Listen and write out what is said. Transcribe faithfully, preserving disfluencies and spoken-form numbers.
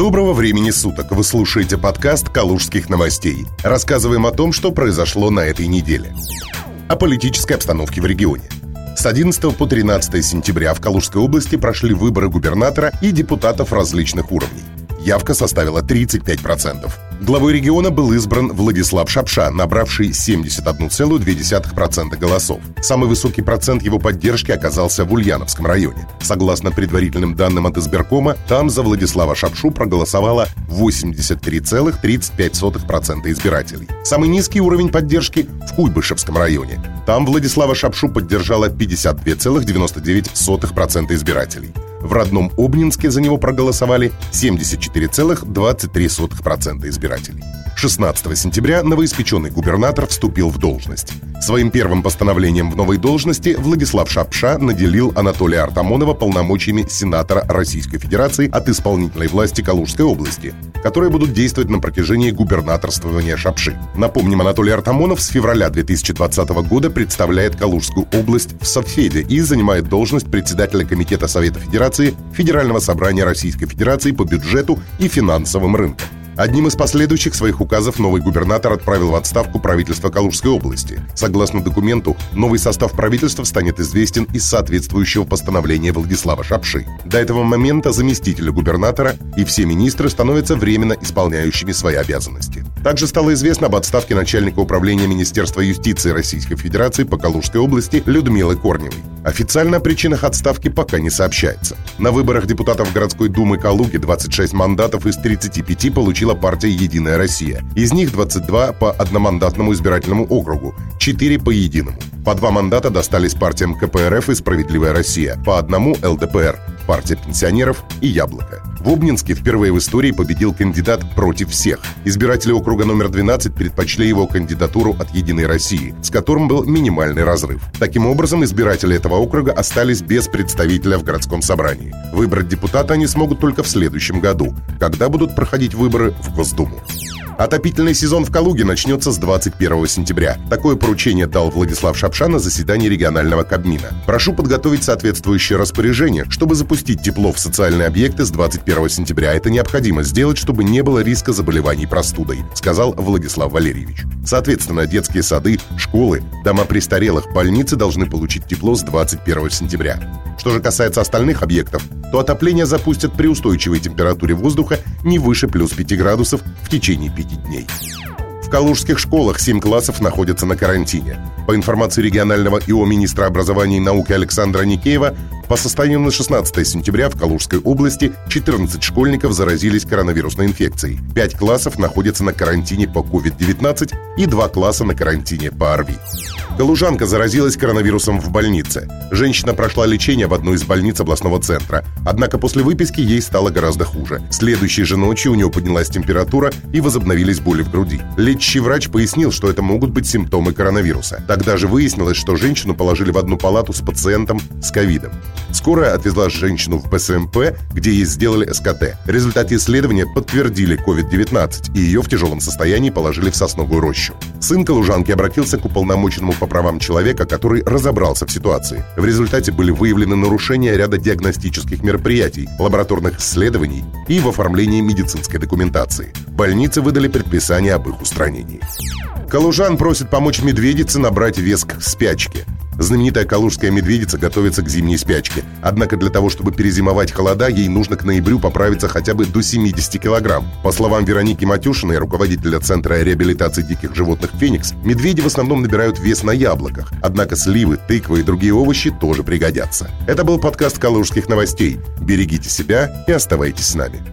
Доброго времени суток! Вы слушаете подкаст «Калужских новостей». Рассказываем о том, что произошло на этой неделе. О политической обстановке в регионе. С одиннадцатого по тринадцатое сентября в Калужской области прошли выборы губернатора и депутатов различных уровней. Явка составила тридцать пять процентов. Главой региона был избран Владислав Шапша, набравший семьдесят одна целая две десятых процента голосов. Самый высокий процент его поддержки оказался в Ульяновском районе. Согласно предварительным данным от избиркома, там за Владислава Шапшу проголосовало восемьдесят три целых тридцать пять сотых процента избирателей. Самый низкий уровень поддержки в Куйбышевском районе. Там Владислава Шапшу поддержало пятьдесят два целых девяносто девять сотых процента избирателей. В родном Обнинске за него проголосовали семьдесят четыре целых двадцать три сотых процента избирателей. шестнадцатого сентября новоиспеченный губернатор вступил в должность. Своим первым постановлением в новой должности Владислав Шапша наделил Анатолия Артамонова полномочиями сенатора Российской Федерации от исполнительной власти Калужской области, которые будут действовать на протяжении губернаторствования Шапши. Напомним, Анатолий Артамонов с февраля две тысячи двадцатого года представляет Калужскую область в Совфеде и занимает должность председателя Комитета Совета Федерации Федерального собрания Российской Федерации по бюджету и финансовым рынкам. Одним из последующих своих указов новый губернатор отправил в отставку правительство Калужской области. Согласно документу, новый состав правительства станет известен из соответствующего постановления Владислава Шапши. До этого момента заместители губернатора и все министры становятся временно исполняющими свои обязанности. Также стало известно об отставке начальника управления Министерства юстиции Российской Федерации по Калужской области Людмилы Корневой. Официально о причинах отставки пока не сообщается. На выборах депутатов городской думы Калуги двадцать шесть мандатов из тридцати пяти получила партия «Единая Россия». Из них двадцать два по одномандатному избирательному округу, четыре по единому. По два мандата достались партиям ка пэ эр эф и «Справедливая Россия», по одному эл дэ пэ эр, партия пенсионеров и «Яблоко». В Обнинске впервые в истории победил кандидат против всех. Избиратели округа номер двенадцать предпочли его кандидатуру от «Единой России», с которым был минимальный разрыв. Таким образом, избиратели этого округа остались без представителя в городском собрании. Выбрать депутата они смогут только в следующем году, когда будут проходить выборы в Госдуму. Отопительный сезон в Калуге начнется с двадцать первого сентября. Такое поручение дал Владислав Шапша на заседании регионального Кабмина. Прошу подготовить соответствующее распоряжение, чтобы запустить тепло в социальные объекты с двадцать первого сентября. Это необходимо сделать, чтобы не было риска заболеваний простудой, сказал Владислав Валерьевич. Соответственно, детские сады, школы, дома престарелых, больницы должны получить тепло с двадцать первого сентября. Что же касается остальных объектов, то отопление запустят при устойчивой температуре воздуха не выше плюс пяти градусов в течение пяти дней. В калужских школах семь классов находятся на карантине. По информации регионального и о министра образования и науки Александра Никеева, по состоянию на шестнадцатое сентября в Калужской области четырнадцать школьников заразились коронавирусной инфекцией. пять классов находятся на карантине по ковид девятнадцать и два класса на карантине по ОРВИ. Калужанка заразилась коронавирусом в больнице. Женщина прошла лечение в одной из больниц областного центра. Однако после выписки ей стало гораздо хуже. Следующей же ночью у нее поднялась температура и возобновились боли в груди. Лечащий врач пояснил, что это могут быть симптомы коронавируса. Тогда же выяснилось, что женщину положили в одну палату с пациентом с ковидом. Скорая отвезла женщину в бэ эс эм пэ, где ей сделали эс ка тэ. Результаты исследования подтвердили ковид девятнадцать, и ее в тяжелом состоянии положили в сосновую рощу. Сын калужанки обратился к уполномоченному по правам человека, который разобрался в ситуации. В результате были выявлены нарушения ряда диагностических мероприятий, лабораторных исследований и в оформлении медицинской документации. Больницы выдали предписание об их устранении. Калужан просит помочь медведице набрать вес к спячке. Знаменитая калужская медведица готовится к зимней спячке. Однако для того, чтобы перезимовать холода, ей нужно к ноябрю поправиться хотя бы до семидесяти килограмм. По словам Вероники Матюшиной, руководителя Центра реабилитации диких животных «Феникс», медведи в основном набирают вес на яблоках. Однако сливы, тыквы и другие овощи тоже пригодятся. Это был подкаст «Калужских новостей». Берегите себя и оставайтесь с нами.